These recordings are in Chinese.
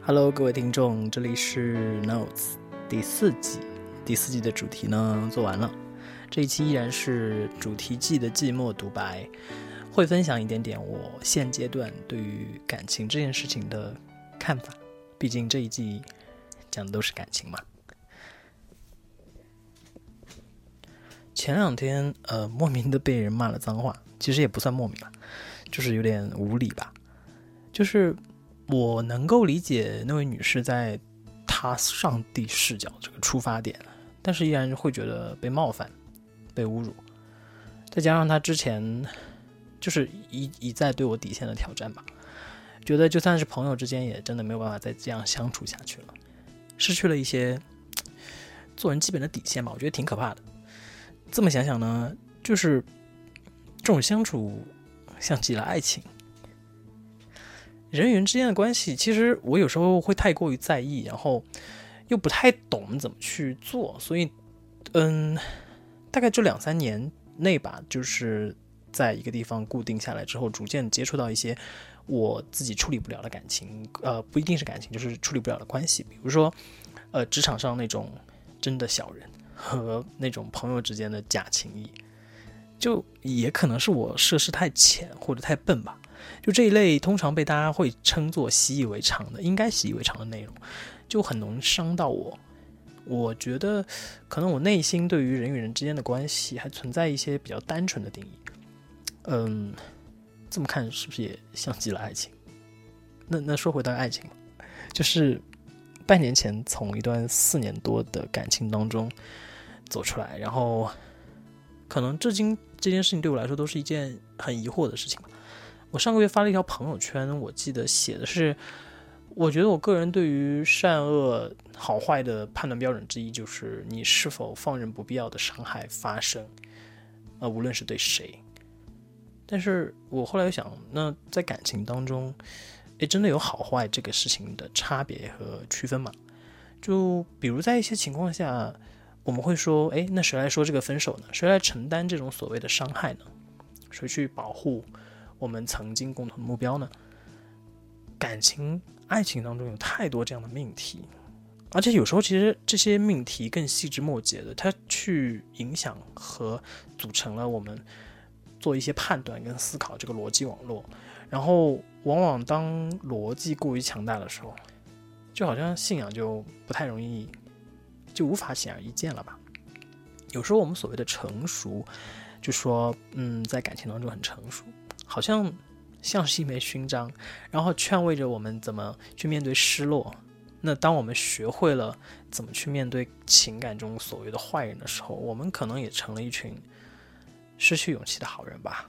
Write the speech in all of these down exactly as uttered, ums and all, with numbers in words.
Hello， 各位听众，这里是 Notes 第四季。第四季的主题呢做完了，这一期依然是主题季的寂寞独白，会分享一点点我现阶段对于感情这件事情的看法。毕竟这一季讲的都是感情嘛。前两天呃莫名的被人骂了脏话，其实也不算莫名吧，就是有点无理吧。就是我能够理解那位女士在她上帝视角这个出发点，但是依然会觉得被冒犯、被侮辱，再加上她之前就是一一再对我底线的挑战吧，觉得就算是朋友之间也真的没有办法再这样相处下去了，失去了一些做人基本的底线吧，我觉得挺可怕的。这么想想呢，就是这种相处像极了爱情。人与人之间的关系，其实我有时候会太过于在意，然后又不太懂怎么去做，所以嗯，大概这两三年内吧，就是在一个地方固定下来之后，逐渐接触到一些我自己处理不了的感情，呃，不一定是感情，就是处理不了的关系，比如说呃，职场上那种真的小人和那种朋友之间的假情谊，就也可能是我涉世太浅或者太笨吧。就这一类通常被大家会称作习以为常的，应该习以为常的内容，就很容易伤到我。我觉得可能我内心对于人与人之间的关系还存在一些比较单纯的定义。嗯，这么看是不是也像极了爱情？那那说回到爱情吧，就是半年前从一段四年多的感情当中走出来，然后可能至今这件事情对我来说都是一件很疑惑的事情吧。我上个月发了一条朋友圈，我记得写的是，我觉得我个人对于善恶好坏的判断标准之一，就是你是否放任不必要的伤害发生，呃，无论是对谁。但是我后来又想，那在感情当中，诶，真的有好坏这个事情的差别和区分吗？就比如在一些情况下，我们会说，诶，那谁来说这个分手呢？谁来承担这种所谓的伤害呢？谁去保护我们曾经共同的目标呢？感情、爱情当中有太多这样的命题，而且有时候其实这些命题更细枝末节的，它去影响和组成了我们做一些判断跟思考这个逻辑网络。然后往往当逻辑过于强大的时候，就好像信仰就不太容易，就无法显而易见了吧。有时候我们所谓的成熟，就说嗯，在感情当中很成熟，好像像是一枚勋章，然后劝慰着我们怎么去面对失落。那当我们学会了怎么去面对情感中所谓的坏人的时候，我们可能也成了一群失去勇气的好人吧。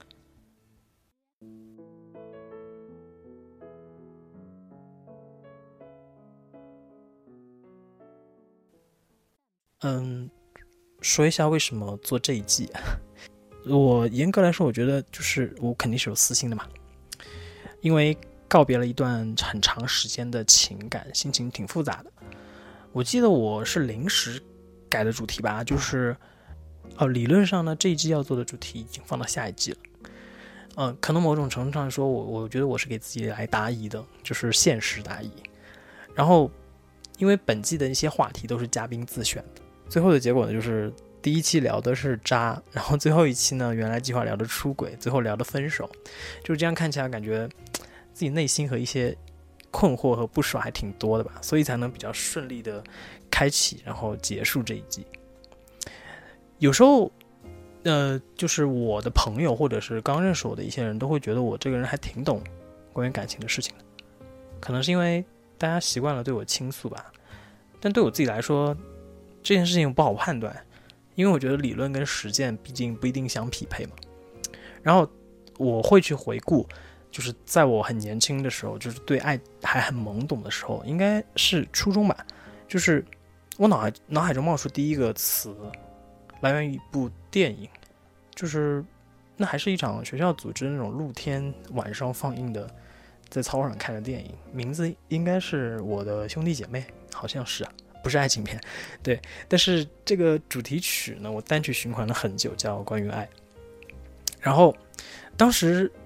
嗯，说一下为什么做这一季。我严格来说，我觉得就是我肯定是有私心的嘛，因为告别了一段很长时间的情感，心情挺复杂的。我记得我是临时改的主题吧，就是哦，理论上呢，这一季要做的主题已经放到下一季了。嗯、呃，可能某种程度上说，我我觉得我是给自己来答疑的，就是现实答疑。然后，因为本季的一些话题都是嘉宾自选的，最后的结果呢，就是第一期聊的是渣，然后最后一期呢，原来计划聊的出轨，最后聊的分手，就是这样看起来感觉自己内心和一些困惑和不爽还挺多的吧，所以才能比较顺利的开启，然后结束这一季。有时候，呃，就是我的朋友或者是刚认识我的一些人都会觉得我这个人还挺懂关于感情的事情的，可能是因为大家习惯了对我倾诉吧，但对我自己来说，这件事情不好判断。因为我觉得理论跟实践毕竟不一定相匹配嘛。然后我会去回顾，就是在我很年轻的时候，就是对爱还很懵懂的时候，应该是初中吧，就是我脑海脑海中冒出第一个词来源于一部电影，就是那还是一场学校组织那种露天晚上放映的，在操场上看的电影，名字应该是我的兄弟姐妹，好像是啊，不是爱情片，对。但是这个主题曲呢，我单曲循环了很久，叫关于爱。然后当时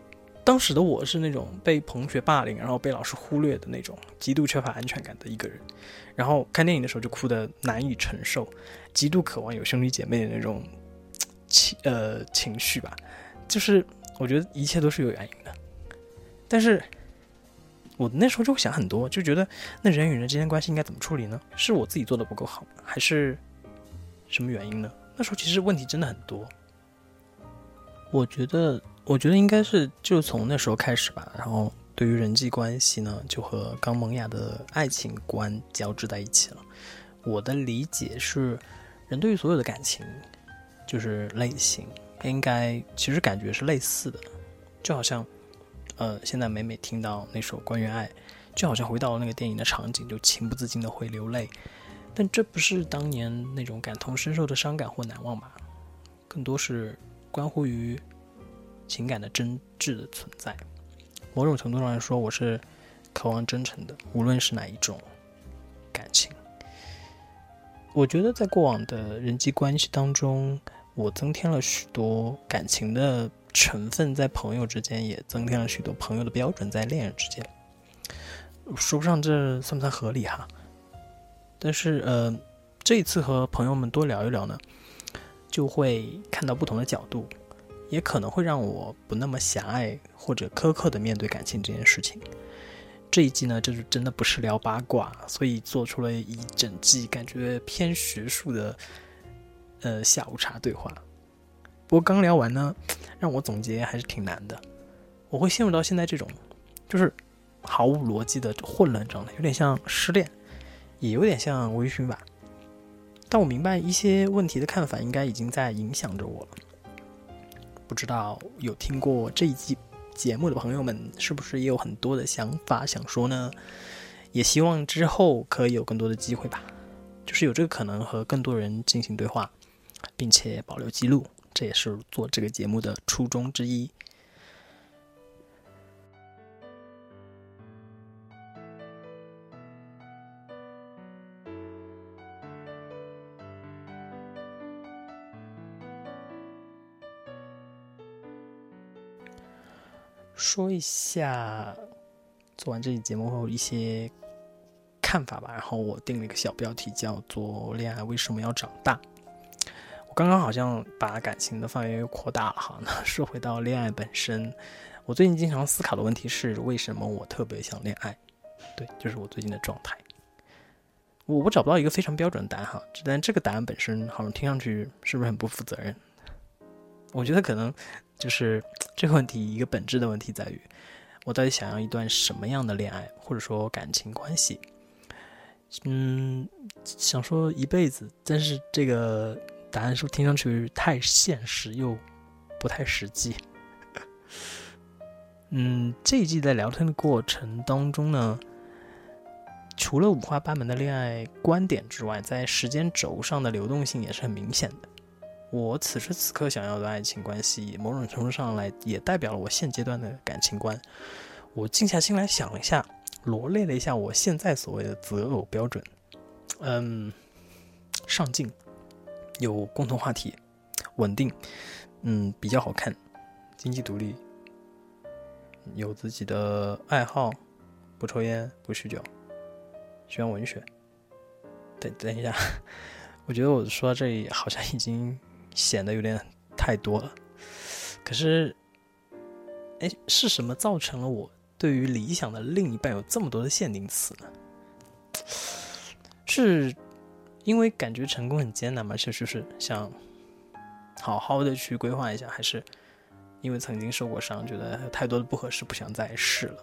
当时的我是那种被同学霸凌，然后被老师忽略的那种极度缺乏安全感的一个人，然后看电影的时候就哭得难以承受，极度渴望有兄弟姐妹的那种情呃情绪吧，就是我觉得一切都是有原因的。但是我那时候就想很多，就觉得那人与人之间关系应该怎么处理呢？是我自己做的不够好，还是什么原因呢？那时候其实问题真的很多。我觉得我觉得应该是就从那时候开始吧，然后对于人际关系呢，就和刚萌芽的爱情观交织在一起了。我的理解是，人对于所有的感情就是类型应该其实感觉是类似的，就好像呃，现在每每听到那首关于爱，就好像回到了那个电影的场景，就情不自禁的会流泪。但这不是当年那种感同身受的伤感或难忘吧，更多是关乎于情感的真挚的存在。某种程度上来说，我是渴望真诚的，无论是哪一种感情。我觉得在过往的人际关系当中，我增添了许多感情的成分，在朋友之间也增添了许多朋友的标准在恋人之间。说不上这算不算合理哈，但是呃，这一次和朋友们多聊一聊呢，就会看到不同的角度，也可能会让我不那么狭隘或者苛刻的面对感情这件事情。这一季呢，就是真的不是聊八卦，所以做出了一整季感觉偏学术的呃下午茶对话。不过刚聊完呢，让我总结还是挺难的。我会陷入到现在这种就是毫无逻辑的混乱状态，有点像失恋，也有点像微醺吧。但我明白一些问题的看法应该已经在影响着我了。不知道有听过这一季节目的朋友们是不是也有很多的想法想说呢？也希望之后可以有更多的机会吧，就是有这个可能和更多人进行对话，并且保留记录，这也是做这个节目的初衷之一。说一下做完这期节目后一些看法吧，然后我定了一个小标题叫做恋爱为什么要长大。我刚刚好像把感情的范围扩大了哈，那说回到恋爱本身，我最近经常思考的问题是为什么我特别想恋爱。对，就是我最近的状态。我我找不到一个非常标准的答案哈，但这个答案本身好像听上去是不是很不负责任？我觉得可能就是这个问题一个本质的问题在于，我到底想要一段什么样的恋爱，或者说感情关系。嗯，想说一辈子，但是这个答案是不是听上去太现实又不太实际？嗯，这一季在聊天的过程当中呢，除了五花八门的恋爱观点之外，在时间轴上的流动性也是很明显的。我此时此刻想要的爱情关系，某种程度上来也代表了我现阶段的感情观。我静下心来想了一下，罗列了一下我现在所谓的择偶标准。嗯，上进，有共同话题，稳定，嗯，比较好看，经济独立，有自己的爱好，不抽烟，不酗酒，喜欢文学。等等一下，我觉得我说到这里好像已经显得有点太多了。可是，哎，是什么造成了我对于理想的另一半有这么多的限定词呢？是因为感觉成功很艰难吗？就是想好好的去规划一下，还是因为曾经受过伤，觉得太多的不合适，不想再试了？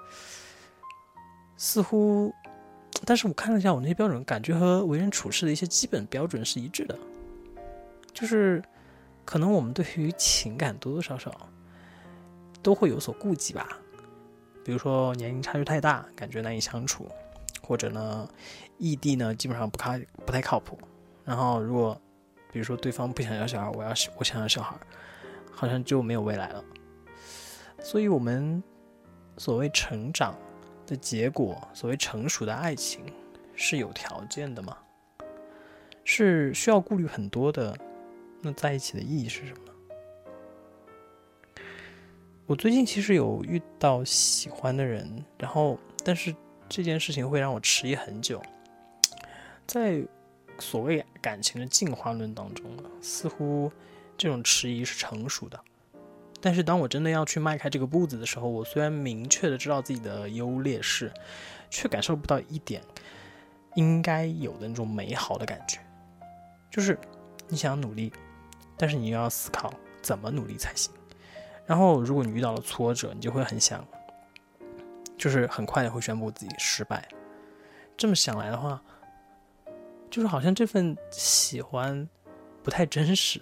似乎，但是我看了一下我那些标准，感觉和为人处事的一些基本标准是一致的。就是可能我们对于情感多多少少都会有所顾忌吧，比如说年龄差距太大，感觉难以相处，或者呢异地呢基本上不靠不太靠谱。然后如果比如说对方不想要小孩，我要我想要小孩，好像就没有未来了。所以我们所谓成长的结果，所谓成熟的爱情是有条件的吗？是需要顾虑很多的。那在一起的意义是什么呢？ 我最近其实有遇到喜欢的人，然后但是这件事情会让我迟疑很久。在所谓感情的进化论当中，似乎这种迟疑是成熟的。但是当我真的要去迈开这个步子的时候，我虽然明确的知道自己的优劣势，却感受不到一点应该有的那种美好的感觉。就是你想努力，但是你又要思考怎么努力才行。然后如果你遇到了挫折，你就会很想，就是很快的会宣布自己失败。这么想来的话，就是好像这份喜欢不太真实。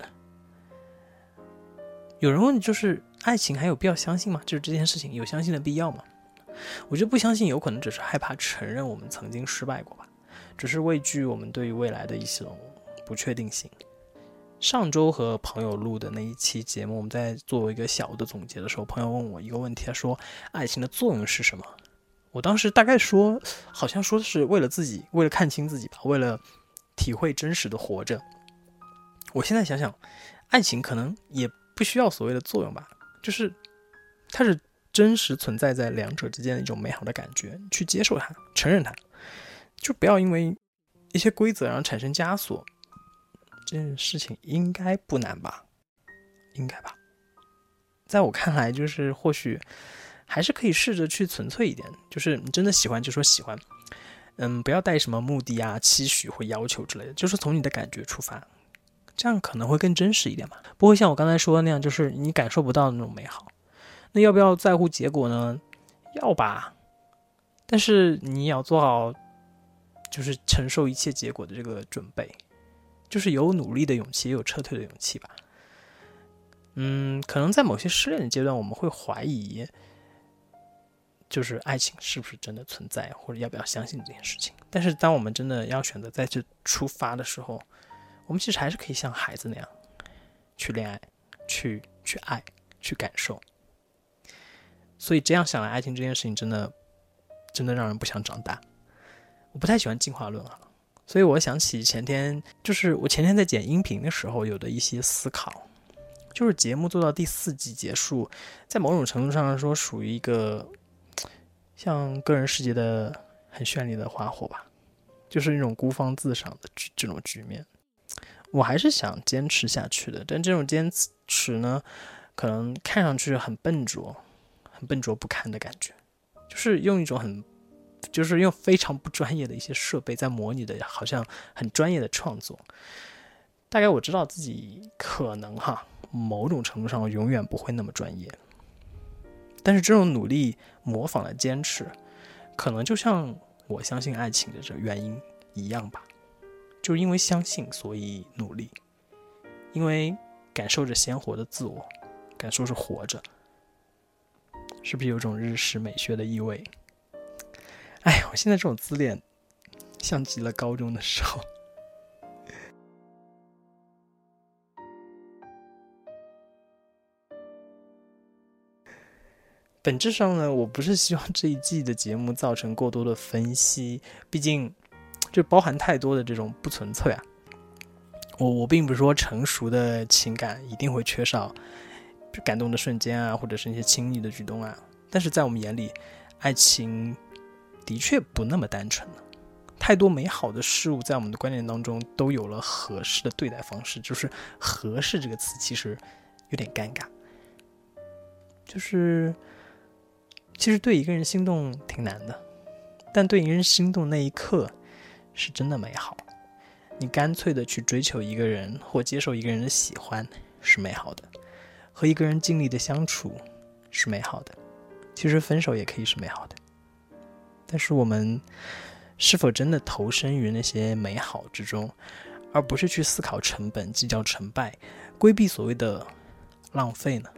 有人问，就是爱情还有必要相信吗？就是这件事情有相信的必要吗？我觉得不相信有可能只是害怕承认我们曾经失败过吧，只是畏惧我们对于未来的一种不确定性。上周和朋友录的那一期节目，我们在做一个小的总结的时候，朋友问我一个问题，他说爱情的作用是什么？我当时大概说，好像说是为了自己，为了看清自己吧，为了体会真实的活着。我现在想想，爱情可能也不需要所谓的作用吧，就是它是真实存在在两者之间的一种美好的感觉，去接受它，承认它，就不要因为一些规则然后产生枷锁。这件事情应该不难吧？应该吧？在我看来，就是或许还是可以试着去纯粹一点，就是你真的喜欢就说喜欢，嗯，不要带什么目的啊、期许或要求之类的，就是从你的感觉出发，这样可能会更真实一点吧，不会像我刚才说的那样，就是你感受不到那种美好。那要不要在乎结果呢？要吧，但是你要做好，就是承受一切结果的这个准备。就是有努力的勇气，也有撤退的勇气吧。嗯，可能在某些失恋的阶段，我们会怀疑，就是爱情是不是真的存在，或者要不要相信这件事情。但是当我们真的要选择在这出发的时候，我们其实还是可以像孩子那样去恋爱，去去爱，去感受。所以这样想来，爱情这件事情真的真的让人不想长大。我不太喜欢进化论啊。所以我想起前天，就是我前天在剪音频的时候有的一些思考，就是节目做到第四季结束，在某种程度上说属于一个像个人世界的很绚丽的花火吧，就是那种孤芳自赏的这种局面。我还是想坚持下去的，但这种坚持呢，可能看上去很笨拙，很笨拙不堪的感觉，就是用一种很就是用非常不专业的一些设备在模拟的好像很专业的创作。大概我知道自己可能哈某种程度上永远不会那么专业，但是这种努力模仿的坚持，可能就像我相信爱情的这原因一样吧，就是因为相信所以努力，因为感受着鲜活的自我，感受着活着，是不是有种日式美学的意味？哎，我现在这种自恋像极了高中的时候。本质上呢，我不是希望这一季的节目造成过多的分析，毕竟这包含太多的这种不纯粹啊。我我并不是说成熟的情感一定会缺少感动的瞬间啊，或者是那些亲昵的举动啊，但是在我们眼里，爱情的确不那么单纯了。太多美好的事物在我们的观念当中都有了合适的对待方式，就是合适这个词其实有点尴尬，就是其实对一个人心动挺难的，但对一个人心动那一刻是真的美好。你干脆的去追求一个人或接受一个人的喜欢是美好的，和一个人尽力的相处是美好的，其实分手也可以是美好的。但是我们是否真的投身于那些美好之中，而不是去思考成本，计较成败，规避所谓的浪费呢？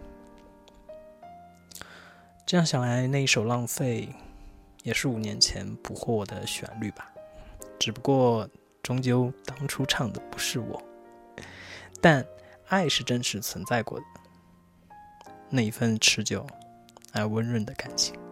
这样想来，那一首《浪费》也是五年前捕获我的旋律吧，只不过终究当初唱的不是我，但爱是真实存在过的，那一份持久而温润的感情。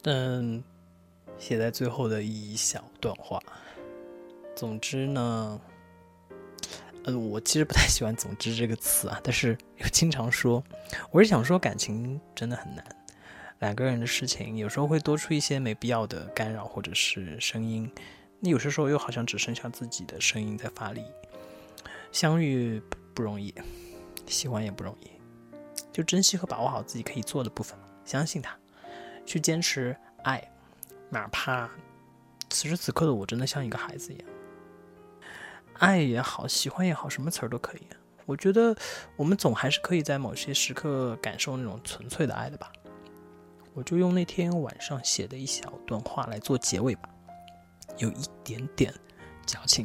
嗯，写在最后的一小段话。总之呢，嗯，我其实不太喜欢总之这个词啊，但是又经常说，我是想说感情真的很难，两个人的事情有时候会多出一些没必要的干扰或者是声音，你有些时候又好像只剩下自己的声音在发力。相遇不容易，喜欢也不容易，就珍惜和把握好自己可以做的部分，相信它，去坚持爱，哪怕此时此刻的我真的像一个孩子一样。爱也好，喜欢也好，什么词儿都可以。我觉得我们总还是可以在某些时刻感受那种纯粹的爱的吧。我就用那天晚上写的一小段话来做结尾吧，有一点点矫情。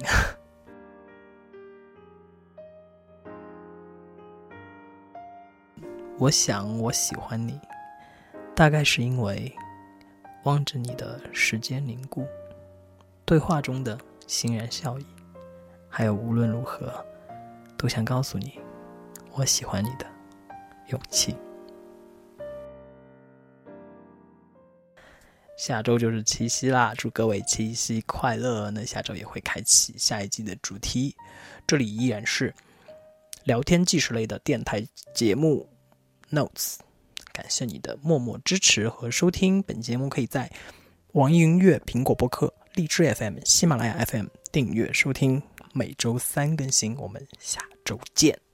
我想我喜欢你，大概是因为望着你的时间凝固，对话中的欣然笑意，还有无论如何都想告诉你我喜欢你的勇气。下周就是七夕啦，祝各位七夕快乐。那下周也会开启下一季的主题，这里依然是聊天纪实类的电台节目 Notes， 感谢你的默默支持和收听。本节目可以在网易云音乐、苹果播客、荔枝 F M、喜马拉雅 F M 订阅收听，每周三更新。我们下周见。